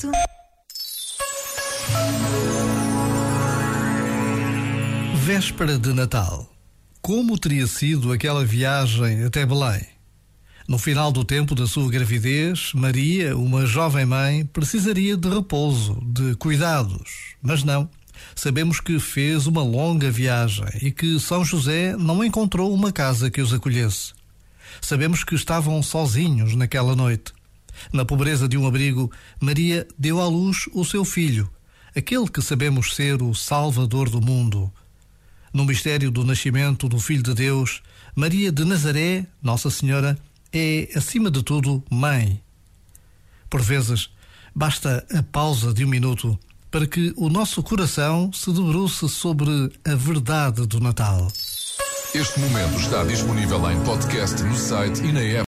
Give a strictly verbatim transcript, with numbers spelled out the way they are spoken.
oito. Véspera de Natal. Como teria sido aquela viagem até Belém? No final do tempo da sua gravidez, Maria, uma jovem mãe, precisaria de repouso, de cuidados. Mas não. Sabemos que fez uma longa viagem e que São José não encontrou uma casa que os acolhesse. Sabemos que estavam sozinhos naquela noite. Na pobreza de um abrigo, Maria deu à luz o seu filho, aquele que sabemos ser o Salvador do mundo. No mistério do nascimento do Filho de Deus, Maria de Nazaré, Nossa Senhora, é, acima de tudo, mãe. Por vezes, basta a pausa de um minuto para que o nosso coração se debruce sobre a verdade do Natal. Este momento está disponível em podcast no site e na app.